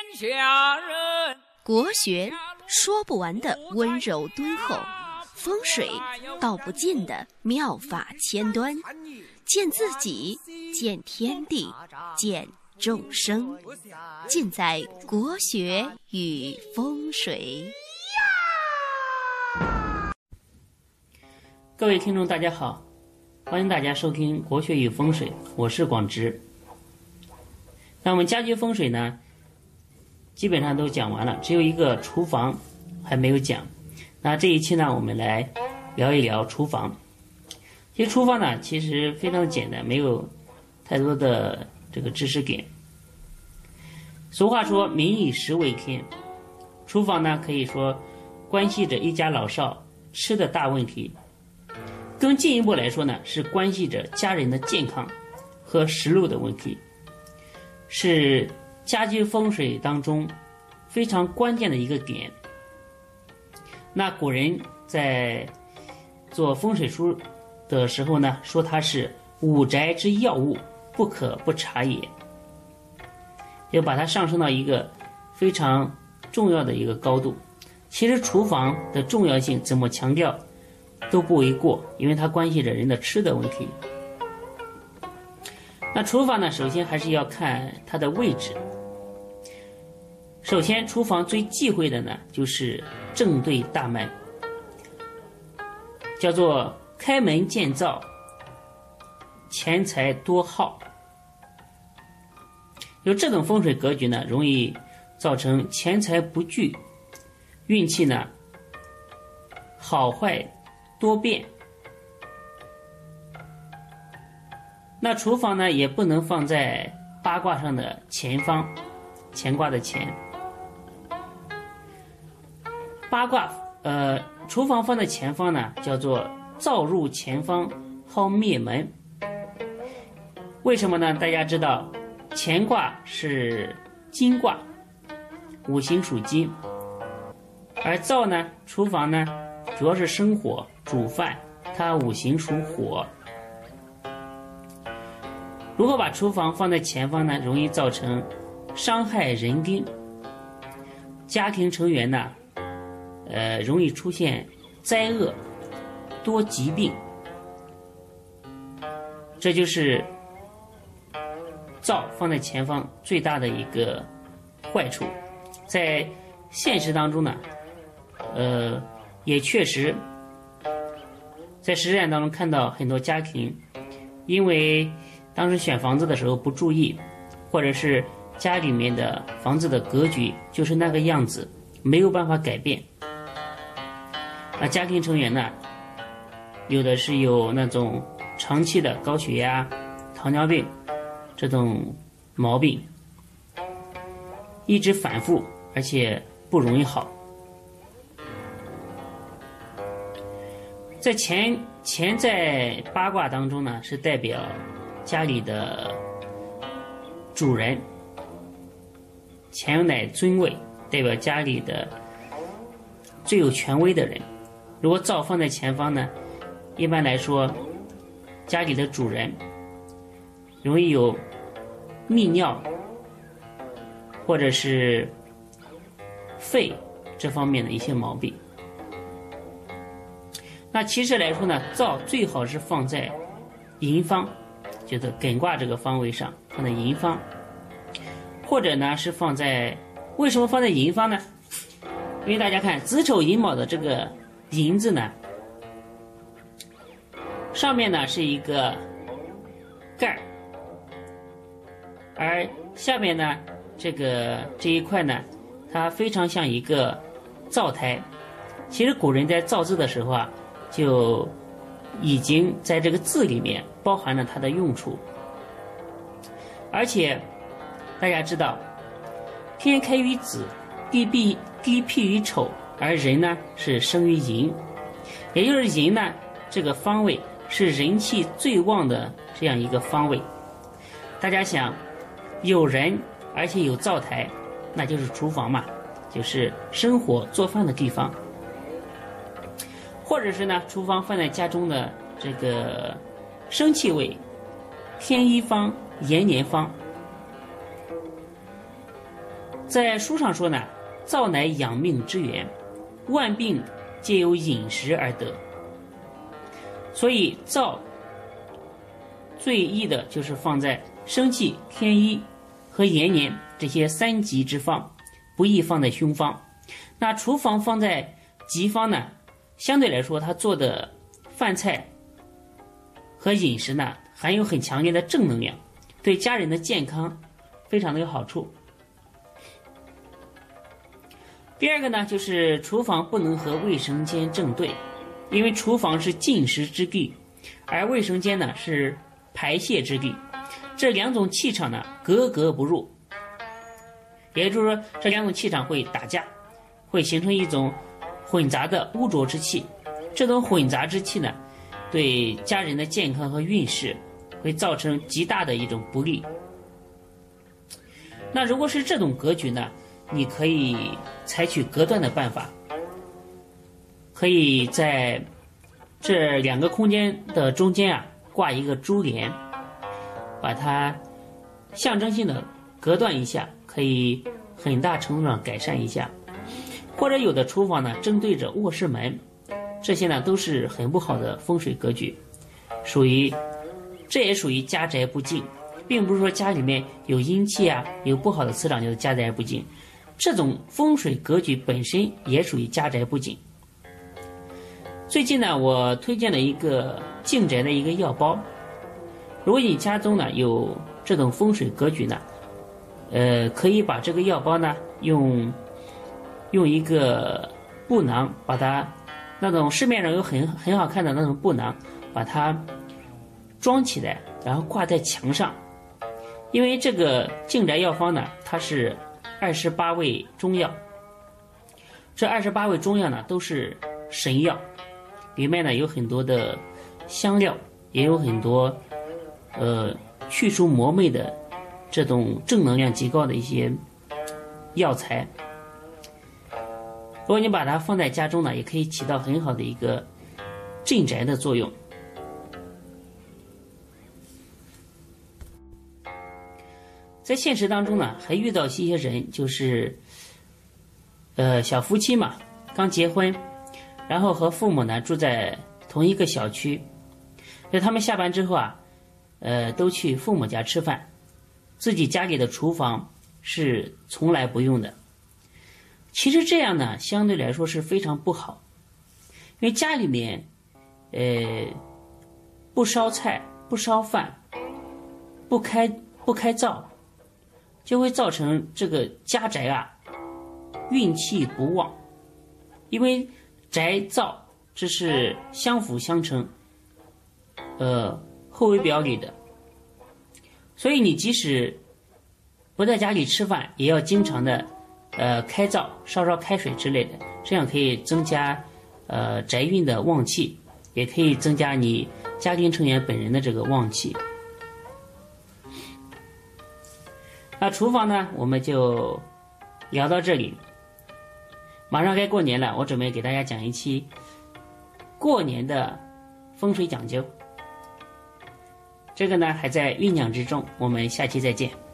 下人。 国学说不完的温柔敦厚，风水道不尽的妙法千端，见自己，见天地，见众生，尽在国学与风水。 各位听众大家好，欢迎大家收听国学与风水，我是广直。那我们家居风水呢基本上都讲完了，只有一个厨房还没有讲。那这一期呢我们来聊一聊厨房。其实厨房呢其实非常简单，没有太多的这个知识点。俗话说民以食为天，厨房呢可以说关系着一家老少吃的大问题，更进一步来说呢是关系着家人的健康和食路的问题，是家居风水当中非常关键的一个点。那古人在做风水书的时候呢，说它是五宅之要务，不可不察也，就把它上升到一个非常重要的一个高度。其实厨房的重要性怎么强调都不为过，因为它关系着人的吃的问题。那厨房呢，首先还是要看它的位置。首先厨房最忌讳的呢就是正对大门，叫做开门见灶，钱财多耗。就这种风水格局呢，容易造成钱财不聚，运气呢好坏多变。那厨房呢也不能放在八卦上的前方，乾卦的乾。八卦厨房放在前方呢叫做灶入前方，好灭门。为什么呢？大家知道乾卦是金卦，五行属金，而灶呢厨房呢主要是生火煮饭，它五行属火。如果把厨房放在前方呢，容易造成伤害人丁，家庭成员呢容易出现灾厄，多疾病。这就是灶放在前方最大的一个坏处。在现实当中呢也确实在实战当中看到很多家庭因为当时选房子的时候不注意，或者是家里面的房子的格局就是那个样子，没有办法改变。那家庭成员呢，有的是有那种长期的高血压、糖尿病这种毛病，一直反复，而且不容易好。在乾在八卦当中呢，是代表家里的主人，乾乃尊位，代表家里的最有权威的人。如果灶放在前方呢，一般来说家里的主人容易有泌尿或者是肺这方面的一些毛病。那其实来说呢，灶最好是放在迎方，就是艮卦这个方位上，放在迎方，或者呢是放在，为什么放在迎方呢？因为大家看子丑寅卯的这个寅字呢，上面呢是一个盖，而下面呢这一块呢，它非常像一个灶台。其实古人在造字的时候啊，就已经在这个字里面包含了它的用处。而且大家知道，天开于子，地辟于丑，而人呢是生于寅，也就是寅呢这个方位是人气最旺的这样一个方位。大家想，有人而且有灶台，那就是厨房嘛，就是生火做饭的地方。或者是呢，厨房放在家中的这个生气位，天一方、延年方。 在书上说呢，灶乃养命之源，万病皆由饮食而得。所以灶最宜的就是放在生气、天一和延年这些3吉之方，不宜放在凶方。那厨房放在吉方呢，相对来说它做的饭菜和饮食呢含有很强烈的正能量，对家人的健康非常的有好处。第二个呢，就是厨房不能和卫生间正对，因为厨房是进食之地，而卫生间呢是排泄之地，这2种气场呢格格不入，也就是说这2种气场会打架，会形成一种混杂的污浊之气。这种混杂之气呢，对家人的健康和运势会造成极大的一种不利。那如果是这种格局呢，你可以采取隔断的办法，可以在这2个空间的中间啊挂一个珠帘，把它象征性的隔断一下，可以很大程度上改善一下。或者有的厨房呢正对着卧室门，这些呢都是很不好的风水格局，这也属于家宅不净，并不是说家里面有阴气啊，有不好的磁场就是家宅不净，这种风水格局本身也属于家宅不净。最近呢，我推荐了一个净宅的一个药包，如果你家中呢有这种风水格局呢，可以把这个药包呢用一个布囊，把它那种市面上有很好看的那种布囊，把它装起来，然后挂在墙上。因为这个净宅药方呢，它是28味中药，这28味中药呢都是神药，里面呢有很多的香料，也有很多去除魔魅的这种正能量极高的一些药材。如果你把它放在家中呢，也可以起到很好的一个镇宅的作用。在现实当中呢，还遇到一些人，就是小夫妻嘛，刚结婚，然后和父母呢住在同一个小区，那他们下班之后啊，都去父母家吃饭，自己家里的厨房是从来不用的。其实这样呢，相对来说是非常不好，因为家里面不烧菜、不烧饭、不开灶，就会造成这个家宅啊运气不旺，因为宅灶这是相辅相成，互为表里的，所以你即使不在家里吃饭，也要经常的开灶，烧开水之类的，这样可以增加宅运的旺气，也可以增加你家庭成员本人的这个旺气。那厨房呢，我们就聊到这里。马上该过年了，我准备给大家讲一期过年的风水讲究，这个呢还在酝酿之中，我们下期再见。